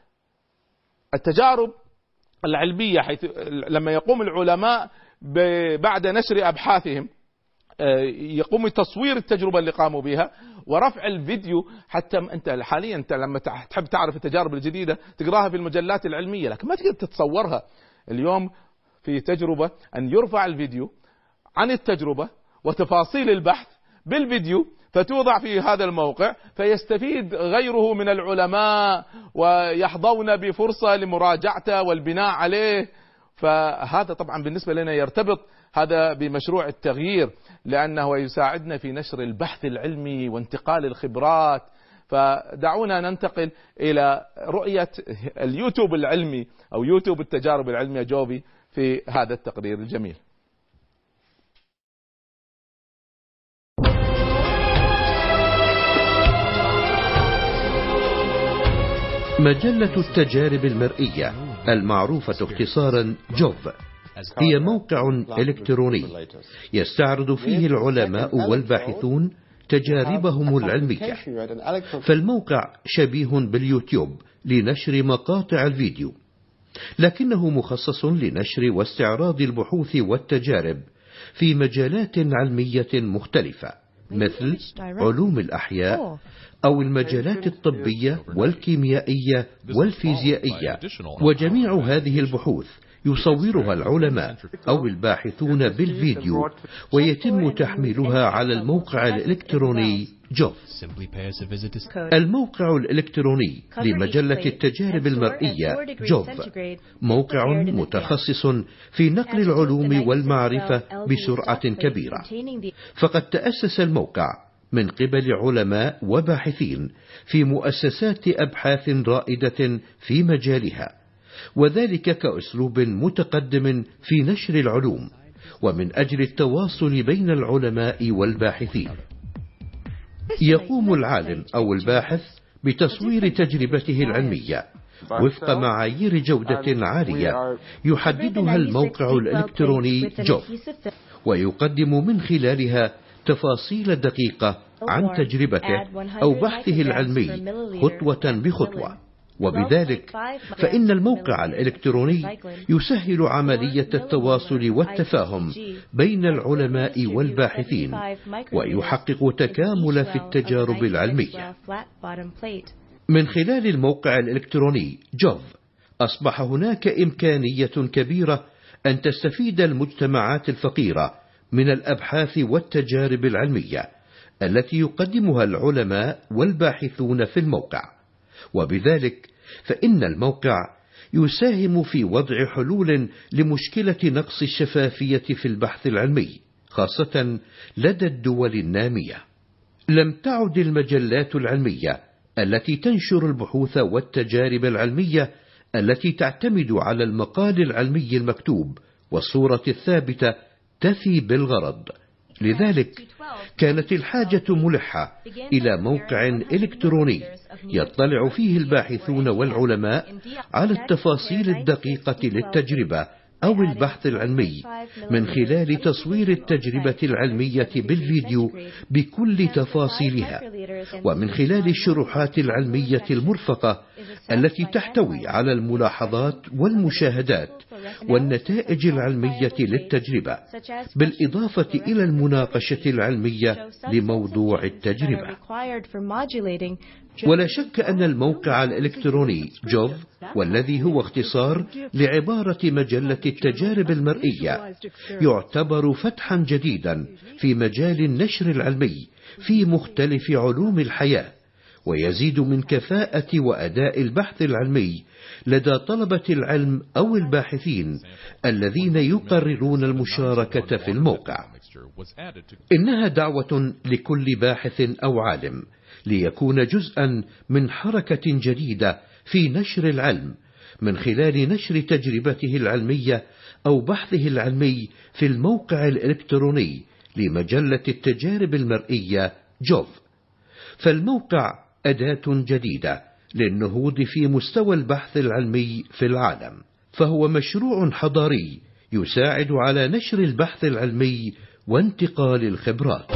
S2: التجارب العلمية حيث لما يقوم العلماء بعد نشر أبحاثهم يقوم بتصوير التجربة اللي قاموا بها ورفع الفيديو، حتى أنت حاليا أنت لما تحب تعرف التجارب الجديدة تقراها في المجلات العلمية، لكن ما تقدر تتصورها. اليوم في تجربة أن يرفع الفيديو عن التجربة وتفاصيل البحث بالفيديو فتوضع في هذا الموقع، فيستفيد غيره من العلماء ويحظون بفرصة لمراجعته والبناء عليه. فهذا طبعا بالنسبة لنا يرتبط هذا بمشروع التغيير، لأنه يساعدنا في نشر البحث العلمي وانتقال الخبرات. فدعونا ننتقل إلى رؤية اليوتيوب العلمي أو يوتيوب التجارب العلمية جوفي في هذا التقرير الجميل.
S3: مجلة التجارب المرئية المعروفة اختصارا جوف هي موقع إلكتروني يستعرض فيه العلماء والباحثون تجاربهم العلمية. فالموقع شبيه باليوتيوب لنشر مقاطع الفيديو، لكنه مخصص لنشر واستعراض البحوث والتجارب في مجالات علمية مختلفة مثل علوم الأحياء أو المجالات الطبية والكيميائية والفيزيائية. وجميع هذه البحوث يصورها العلماء أو الباحثون بالفيديو ويتم تحميلها على الموقع الإلكتروني جوف. الموقع الإلكتروني لمجلة التجارب المرئية جوف موقع متخصص في نقل العلوم والمعرفة بسرعة كبيرة، فقد تأسس الموقع من قبل علماء وباحثين في مؤسسات أبحاث رائدة في مجالها، وذلك كأسلوب متقدم في نشر العلوم ومن أجل التواصل بين العلماء والباحثين. يقوم العالم أو الباحث بتصوير تجربته العلمية وفق معايير جودة عالية يحددها الموقع الإلكتروني جوف، ويقدم من خلالها تفاصيل دقيقة عن تجربته أو بحثه العلمي خطوة بخطوة. وبذلك فإن الموقع الإلكتروني يسهل عملية التواصل والتفاهم بين العلماء والباحثين ويحقق تكامل في التجارب العلمية. من خلال الموقع الإلكتروني جوف أصبح هناك إمكانية كبيرة أن تستفيد المجتمعات الفقيرة من الأبحاث والتجارب العلمية التي يقدمها العلماء والباحثون في الموقع، وبذلك فإن الموقع يساهم في وضع حلول لمشكلة نقص الشفافية في البحث العلمي، خاصة لدى الدول النامية. لم تعد المجلات العلمية التي تنشر البحوث والتجارب العلمية التي تعتمد على المقال العلمي المكتوب والصورة الثابتة تفي بالغرض، لذلك كانت الحاجة ملحة إلى موقع إلكتروني يطلع فيه الباحثون والعلماء على التفاصيل الدقيقة للتجربة أو البحث العلمي من خلال تصوير التجربة العلمية بالفيديو بكل تفاصيلها، ومن خلال الشروحات العلمية المرفقة التي تحتوي على الملاحظات والمشاهدات والنتائج العلمية للتجربة، بالإضافة إلى المناقشة العلمية لموضوع التجربة. ولا شك أن الموقع الإلكتروني جوف، والذي هو اختصار لعبارة مجلة التجارب المرئية، يعتبر فتحا جديدا في مجال النشر العلمي في مختلف علوم الحياة، ويزيد من كفاءة وأداء البحث العلمي لدى طلبة العلم أو الباحثين الذين يقررون المشاركة في الموقع. إنها دعوة لكل باحث أو عالم ليكون جزءا من حركة جديدة في نشر العلم من خلال نشر تجربته العلمية أو بحثه العلمي في الموقع الإلكتروني لمجلة التجارب المرئية جوف. فالموقع أداة جديدة للنهوض في مستوى البحث العلمي في العالم، فهو مشروع حضاري يساعد على نشر البحث العلمي وانتقال الخبرات.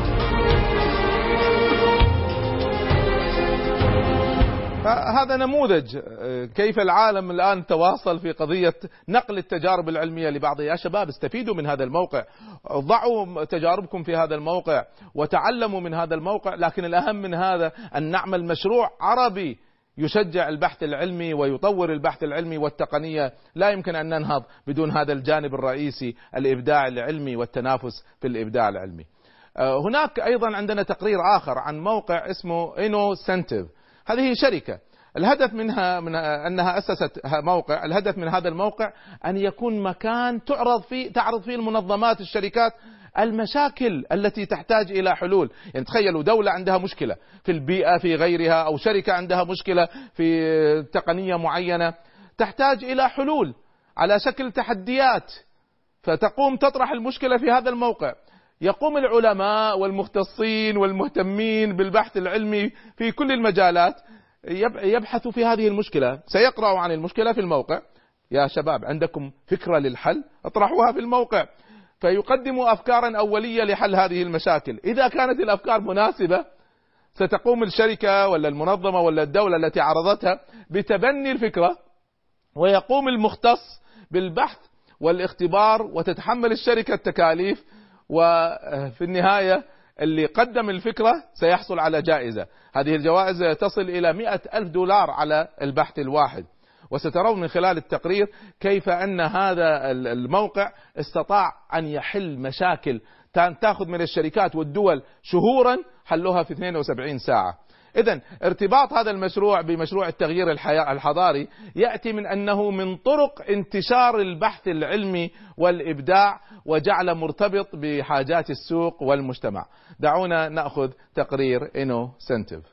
S2: فهذا نموذج كيف العالم الآن تواصل في قضية نقل التجارب العلمية لبعضها. يا شباب استفيدوا من هذا الموقع، ضعوا تجاربكم في هذا الموقع وتعلموا من هذا الموقع، لكن الأهم من هذا أن نعمل مشروع عربي يشجع البحث العلمي ويطور البحث العلمي والتقنية. لا يمكن أن ننهض بدون هذا الجانب الرئيسي، الإبداع العلمي والتنافس في الإبداع العلمي. هناك أيضا عندنا تقرير آخر عن موقع اسمه إنوسنتيف. هذه شركة الهدف منها من أنها أسست موقع، الهدف من هذا الموقع أن يكون مكان تعرض فيه تعرض فيه المنظمات الشركات المشاكل التي تحتاج إلى حلول. يعني تخيلوا دولة عندها مشكلة في البيئة في غيرها، أو شركة عندها مشكلة في تقنية معينة تحتاج إلى حلول على شكل تحديات، فتقوم تطرح المشكلة في هذا الموقع. يقوم العلماء والمختصين والمهتمين بالبحث العلمي في كل المجالات يبحثوا في هذه المشكلة، سيقرأوا عن المشكلة في الموقع. يا شباب عندكم فكرة للحل، اطرحوها في الموقع، فيقدموا أفكارا أولية لحل هذه المشاكل. إذا كانت الأفكار مناسبة ستقوم الشركة ولا المنظمة ولا الدولة التي عرضتها بتبني الفكرة، ويقوم المختص بالبحث والاختبار، وتتحمل الشركة التكاليف، وفي النهاية اللي قدم الفكرة سيحصل على جائزة. هذه الجوائز تصل إلى مئة ألف دولار على البحث الواحد. وسترون من خلال التقرير كيف أن هذا الموقع استطاع أن يحل مشاكل تأخذ من الشركات والدول شهورا حلها في اثنين وسبعين ساعة. إذن ارتباط هذا المشروع بمشروع التغيير الحضاري يأتي من أنه من طرق انتشار البحث العلمي والإبداع وجعله مرتبط بحاجات السوق والمجتمع. دعونا نأخذ تقرير إنوسنتيف.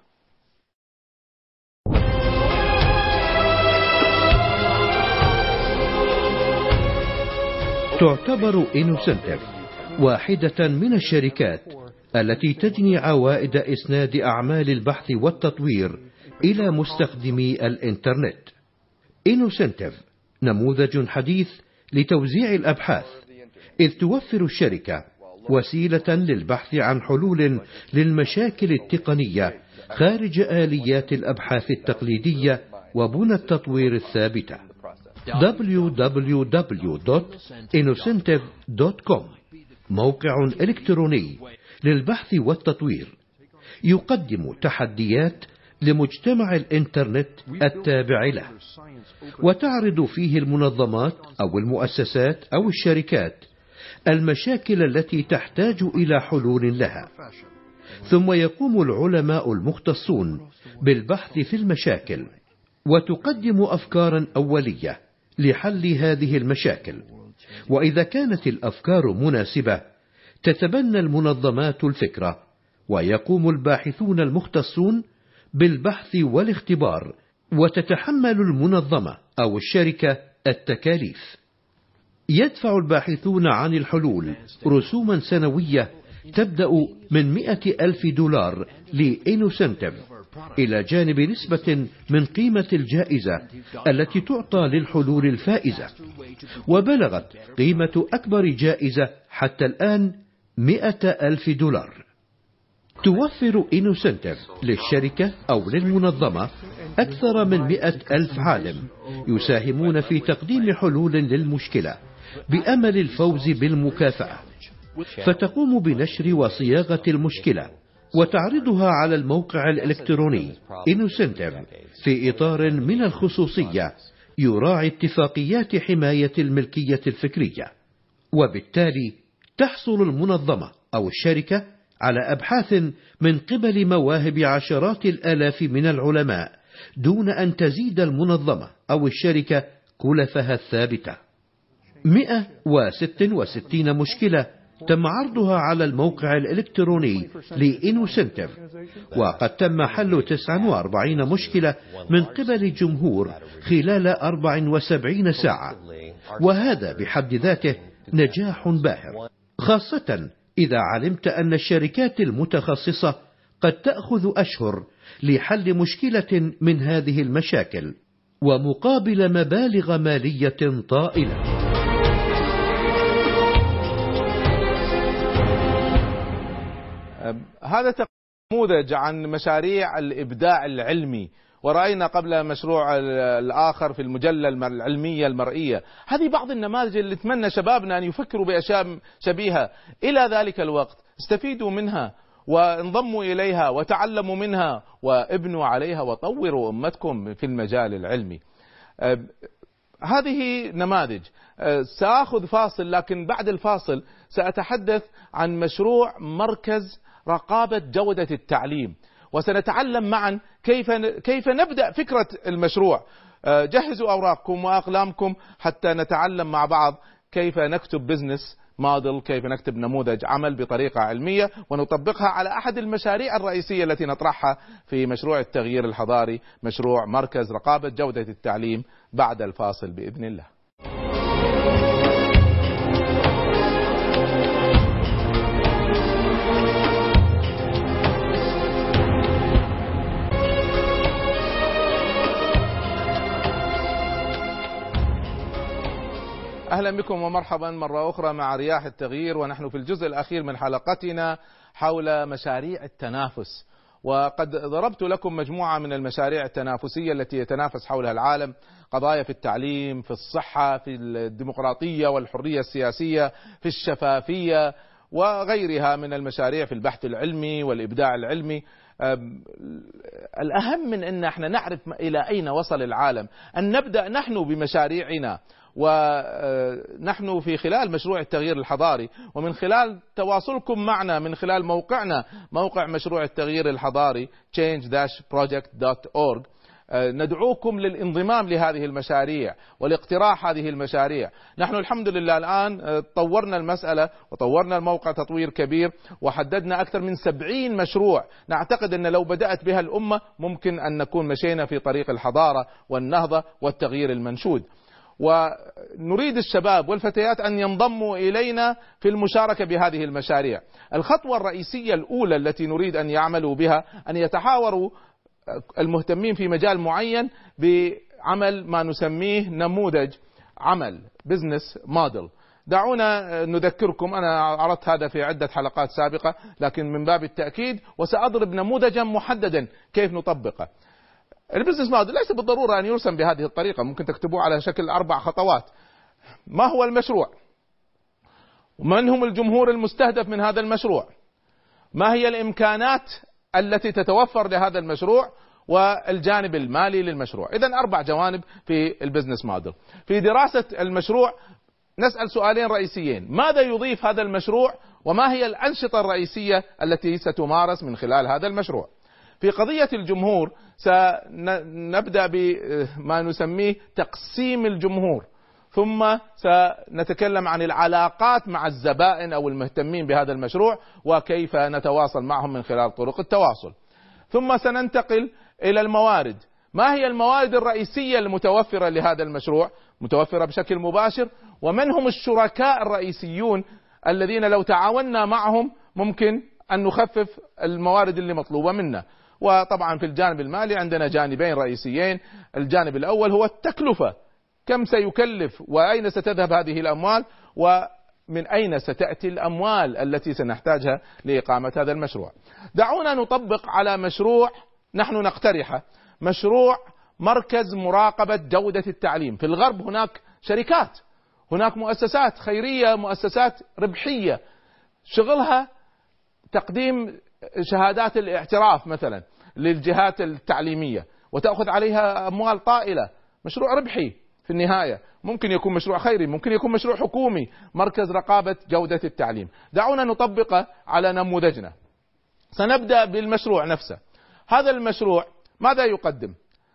S3: تعتبر إنوسنتيف واحدة من الشركات التي تجني عوائد إسناد أعمال البحث والتطوير إلى مستخدمي الإنترنت. إنوسنتيف نموذج حديث لتوزيع الأبحاث، إذ توفر الشركة وسيلة للبحث عن حلول للمشاكل التقنية خارج آليات الأبحاث التقليدية وبنى التطوير الثابتة. دبليو دبليو دبليو دوت إنوسنتيف دوت كوم موقع إلكتروني للبحث والتطوير، يقدم تحديات لمجتمع الإنترنت التابع له، وتعرض فيه المنظمات أو المؤسسات أو الشركات المشاكل التي تحتاج إلى حلول لها، ثم يقوم العلماء المختصون بالبحث في المشاكل وتقدم أفكارا أولية لحل هذه المشاكل، وإذا كانت الأفكار مناسبة تتبنى المنظمات الفكرة، ويقوم الباحثون المختصون بالبحث والاختبار، وتتحمل المنظمة أو الشركة التكاليف. يدفع الباحثون عن الحلول رسوما سنوية تبدأ من مئة ألف دولار لإنوسنتيف، إلى جانب نسبة من قيمة الجائزة التي تعطى للحلول الفائزة، وبلغت قيمة أكبر جائزة حتى الآن مئة ألف دولار. توفر إنوسنتيف للشركة أو للمنظمة أكثر من مئة ألف عالم يساهمون في تقديم حلول للمشكلة بأمل الفوز بالمكافأة، فتقوم بنشر وصياغة المشكلة وتعرضها على الموقع الإلكتروني إنوسنتيف في إطار من الخصوصية يراعي اتفاقيات حماية الملكية الفكرية، وبالتالي تحصل المنظمة أو الشركة على أبحاث من قبل مواهب عشرات الآلاف من العلماء دون أن تزيد المنظمة أو الشركة كلفها الثابتة. مئة وستة وستين مشكلة تم عرضها على الموقع الإلكتروني لإنوسنتيف، وقد تم حل تسعة وأربعين مشكلة من قبل الجمهور خلال أربع وسبعين ساعة، وهذا بحد ذاته نجاح باهر، خاصة إذا علمت أن الشركات المتخصصة قد تأخذ أشهر لحل مشكلة من هذه المشاكل، ومقابل مبالغ مالية طائلة.
S2: هذا نموذج عن مشاريع الإبداع العلمي، ورأينا قبل مشروع الآخر في المجلة العلمية المرئية. هذه بعض النماذج اللي نتمنى شبابنا أن يفكروا بأشياء شبيهة. إلى ذلك الوقت استفيدوا منها وانضموا إليها وتعلموا منها وابنوا عليها وطوروا أمتكم في المجال العلمي. هذه نماذج. سأخذ فاصل، لكن بعد الفاصل سأتحدث عن مشروع مركز رقابة جودة التعليم، وسنتعلم معا كيف كيف نبدأ فكرة المشروع. جهزوا أوراقكم وأقلامكم حتى نتعلم مع بعض كيف نكتب بزنس موديل، كيف نكتب نموذج عمل بطريقة علمية ونطبقها على أحد المشاريع الرئيسية التي نطرحها في مشروع التغيير الحضاري، مشروع مركز رقابة جودة التعليم، بعد الفاصل بإذن الله. أهلا بكم ومرحبا مرة أخرى مع رياح التغيير، ونحن في الجزء الأخير من حلقتنا حول مشاريع التنافس. وقد ضربت لكم مجموعة من المشاريع التنافسية التي يتنافس حولها العالم، قضايا في التعليم، في الصحة، في الديمقراطية والحرية السياسية، في الشفافية، وغيرها من المشاريع في البحث العلمي والإبداع العلمي. الأهم من أن احنا نعرف إلى أين وصل العالم، أن نبدأ نحن بمشاريعنا، ونحن في خلال مشروع التغيير الحضاري ومن خلال تواصلكم معنا من خلال موقعنا، موقع مشروع التغيير الحضاري change dash project dot org، ندعوكم للانضمام لهذه المشاريع والاقتراح هذه المشاريع. نحن الحمد لله الآن طورنا المسألة وطورنا الموقع تطوير كبير، وحددنا أكثر من سبعين مشروع نعتقد أن لو بدأت بها الأمة ممكن أن نكون مشينا في طريق الحضارة والنهضة والتغيير المنشود. ونريد الشباب والفتيات أن ينضموا إلينا في المشاركة بهذه المشاريع. الخطوة الرئيسية الأولى التي نريد أن يعملوا بها أن يتحاوروا المهتمين في مجال معين بعمل ما نسميه نموذج عمل بزنس موديل. دعونا نذكركم، أنا عرضت هذا في عدة حلقات سابقة لكن من باب التأكيد، وسأضرب نموذجا محددا كيف نطبقه. البزنس موديل ليس بالضرورة أن يرسم بهذه الطريقة، ممكن تكتبوه على شكل أربع خطوات. ما هو المشروع؟ ومن هم الجمهور المستهدف من هذا المشروع؟ ما هي الإمكانات التي تتوفر لهذا المشروع؟ والجانب المالي للمشروع. إذن أربع جوانب في البزنس موديل. في دراسة المشروع نسأل سؤالين رئيسيين: ماذا يضيف هذا المشروع؟ وما هي الأنشطة الرئيسية التي ستمارس من خلال هذا المشروع؟ في قضية الجمهور سنبدأ بما نسميه تقسيم الجمهور، ثم سنتكلم عن العلاقات مع الزبائن أو المهتمين بهذا المشروع وكيف نتواصل معهم من خلال طرق التواصل، ثم سننتقل إلى الموارد. ما هي الموارد الرئيسية المتوفرة لهذا المشروع متوفرة بشكل مباشر؟ ومن هم الشركاء الرئيسيون الذين لو تعاوننا معهم ممكن أن نخفف الموارد اللي مطلوبة منا؟ وطبعا في الجانب المالي عندنا جانبين رئيسيين. الجانب الأول هو التكلفة، كم سيكلف وأين ستذهب هذه الأموال ومن أين ستأتي الأموال التي سنحتاجها لإقامة هذا المشروع. دعونا نطبق على مشروع نحن نقترحه، مشروع مركز مراقبة جودة التعليم. في الغرب هناك شركات، هناك مؤسسات خيرية، مؤسسات ربحية شغلها تقديم شهادات الاعتراف مثلا للجهات التعليمية وتأخذ عليها أموال طائلة. مشروع ربحي في النهاية، ممكن يكون مشروع خيري، ممكن يكون مشروع حكومي، مركز رقابة جودة التعليم. دعونا نطبقه على نموذجنا. سنبدأ بالمشروع نفسه. هذا المشروع ماذا يقدم؟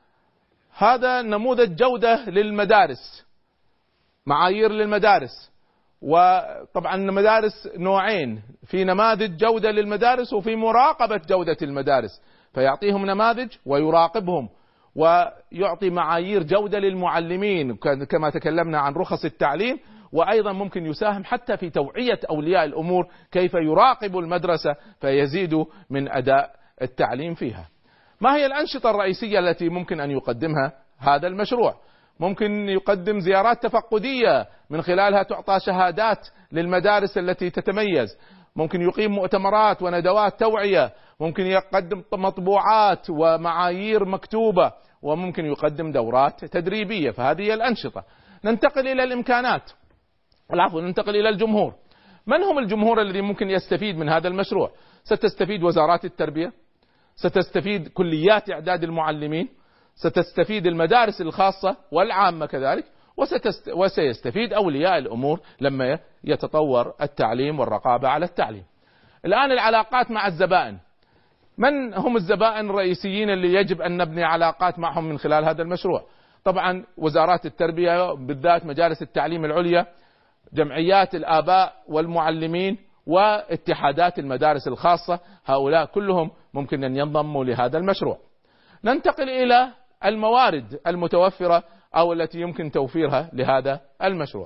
S2: هذا نموذج جودة للمدارس، معايير للمدارس. وطبعا المدارس نوعين، في نماذج جودة للمدارس وفي مراقبة جودة المدارس، فيعطيهم نماذج ويراقبهم، ويعطي معايير جودة للمعلمين كما تكلمنا عن رخص التعليم. وأيضا ممكن يساهم حتى في توعية أولياء الأمور كيف يراقبوا المدرسة فيزيدوا من أداء التعليم فيها. ما هي الأنشطة الرئيسية التي ممكن أن يقدمها هذا المشروع؟ ممكن يقدم زيارات تفقدية من خلالها تعطى شهادات للمدارس التي تتميز، ممكن يقيم مؤتمرات وندوات توعية، ممكن يقدم مطبوعات ومعايير مكتوبة، وممكن يقدم دورات تدريبية. فهذه هي الأنشطة. ننتقل إلى الإمكانات، العفو ننتقل إلى الجمهور. من هم الجمهور الذي ممكن يستفيد من هذا المشروع؟ ستستفيد وزارات التربية، ستستفيد كليات إعداد المعلمين، ستستفيد المدارس الخاصة والعامة كذلك، وسيستفيد أولياء الأمور لما يتطور التعليم والرقابة على التعليم. الآن العلاقات مع الزبائن. من هم الزبائن الرئيسيين اللي يجب أن نبني علاقات معهم من خلال هذا المشروع؟ طبعا وزارات التربية، بالذات مجالس التعليم العليا، جمعيات الآباء والمعلمين، واتحادات المدارس الخاصة. هؤلاء كلهم ممكن أن ينضموا لهذا المشروع. ننتقل إلى الموارد المتوفرة أو التي يمكن توفيرها لهذا المشروع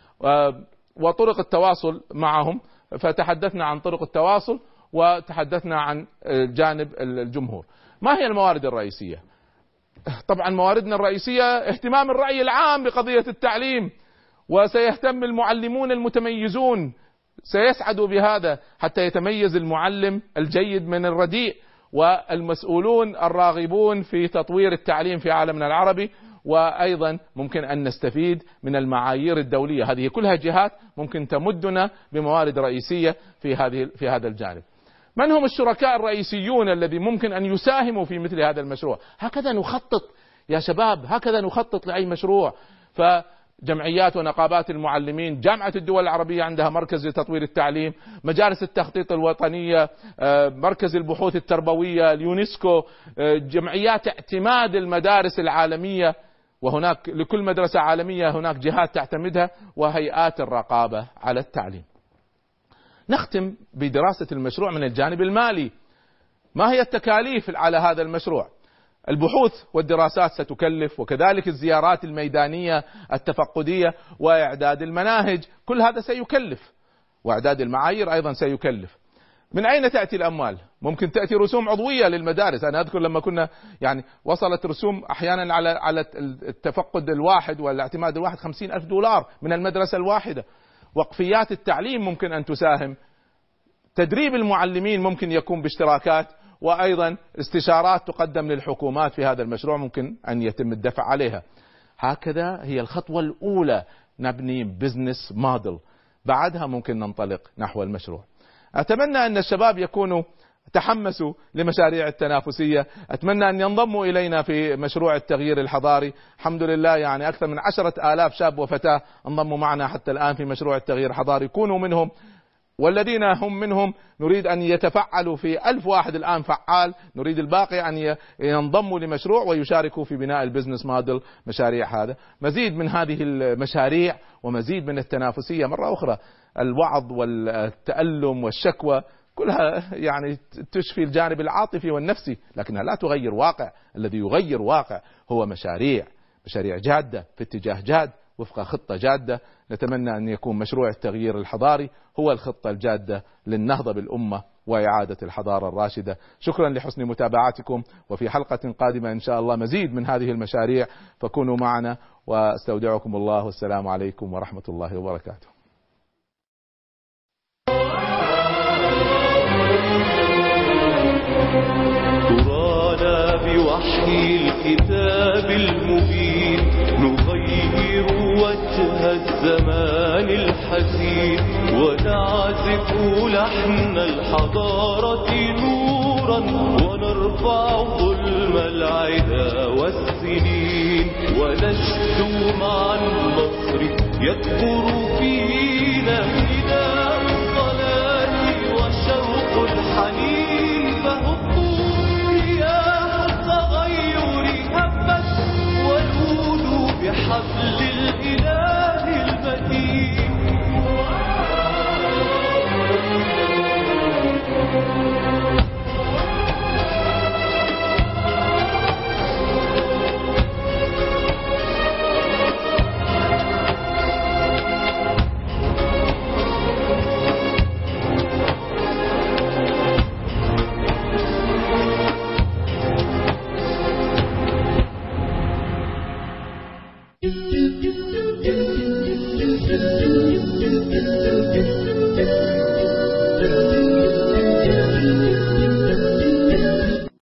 S2: وطرق التواصل معهم. فتحدثنا عن طرق التواصل وتحدثنا عن جانب الجمهور. ما هي الموارد الرئيسية؟ طبعا مواردنا الرئيسية اهتمام الرأي العام بقضية التعليم، وسيهتم المعلمون المتميزون، سيسعدوا بهذا حتى يتميز المعلم الجيد من الرديء، والمسؤولون الراغبون في تطوير التعليم في عالمنا العربي. وأيضا ممكن أن نستفيد من المعايير الدولية. هذه كلها جهات ممكن تمدنا بموارد رئيسية في هذه في هذا الجانب. من هم الشركاء الرئيسيون الذي ممكن أن يساهموا في مثل هذا المشروع؟ هكذا نخطط يا شباب، هكذا نخطط لأي مشروع. فجمعيات ونقابات المعلمين، جامعة الدول العربية عندها مركز لتطوير التعليم، مجالس التخطيط الوطنية، مركز البحوث التربوية، اليونسكو، جمعيات اعتماد المدارس العالمية، وهناك لكل مدرسة عالمية هناك جهات تعتمدها، وهيئات الرقابة على التعليم. نختم بدراسة المشروع من الجانب المالي. ما هي التكاليف على هذا المشروع؟ البحوث والدراسات ستكلف، وكذلك الزيارات الميدانية التفقدية وإعداد المناهج، كل هذا سيكلف، وإعداد المعايير أيضا سيكلف. من أين تأتي الأموال؟ ممكن تأتي رسوم عضوية للمدارس. أنا أذكر لما كنا يعني وصلت رسوم أحيانا على على التفقد الواحد والاعتماد الواحد خمسين ألف دولار من المدرسة الواحدة. وقفيات التعليم ممكن أن تساهم، تدريب المعلمين ممكن يكون باشتراكات، وأيضا استشارات تقدم للحكومات في هذا المشروع ممكن أن يتم الدفع عليها. هكذا هي الخطوة الأولى، نبني بزنس موديل، بعدها ممكن ننطلق نحو المشروع. أتمنى أن الشباب يكونوا تحمسوا لمشاريع التنافسية. أتمنى أن ينضموا إلينا في مشروع التغيير الحضاري. الحمد لله يعني أكثر من عشرة آلاف شاب وفتاة انضموا معنا حتى الآن في مشروع التغيير الحضاري. كونوا منهم، والذين هم منهم نريد أن يتفعلوا في ألف واحد الآن فعال. نريد الباقي أن ينضموا لمشروع ويشاركوا في بناء البزنس موديل مشاريع هذا. مزيد من هذه المشاريع ومزيد من التنافسية. مرة أخرى الوعظ والتألم والشكوى كلها يعني تشفي الجانب العاطفي والنفسي، لكنها لا تغير واقع. الذي يغير واقع هو مشاريع مشاريع جادة في اتجاه جاد وفق خطة جادة. نتمنى أن يكون مشروع التغيير الحضاري هو الخطة الجادة للنهضة بالأمة وإعادة الحضارة الراشدة. شكرا لحسن متابعتكم، وفي حلقة قادمة إن شاء الله مزيد من هذه المشاريع، فكونوا معنا واستودعكم الله، والسلام عليكم ورحمة الله وبركاته.
S1: ترانا بوحي الكتاب المبين نغير وجه الزمان الحزين، ونعزف لحن الحضارة نورا، ونرفع ظلم العدا والسنين، ونشدو مع النصر يكبر فينا نداء الصلاة وشوق الحنين. فهبوا رياح التغير هبت، ولولوا بحبل الإله المتين. Do do do.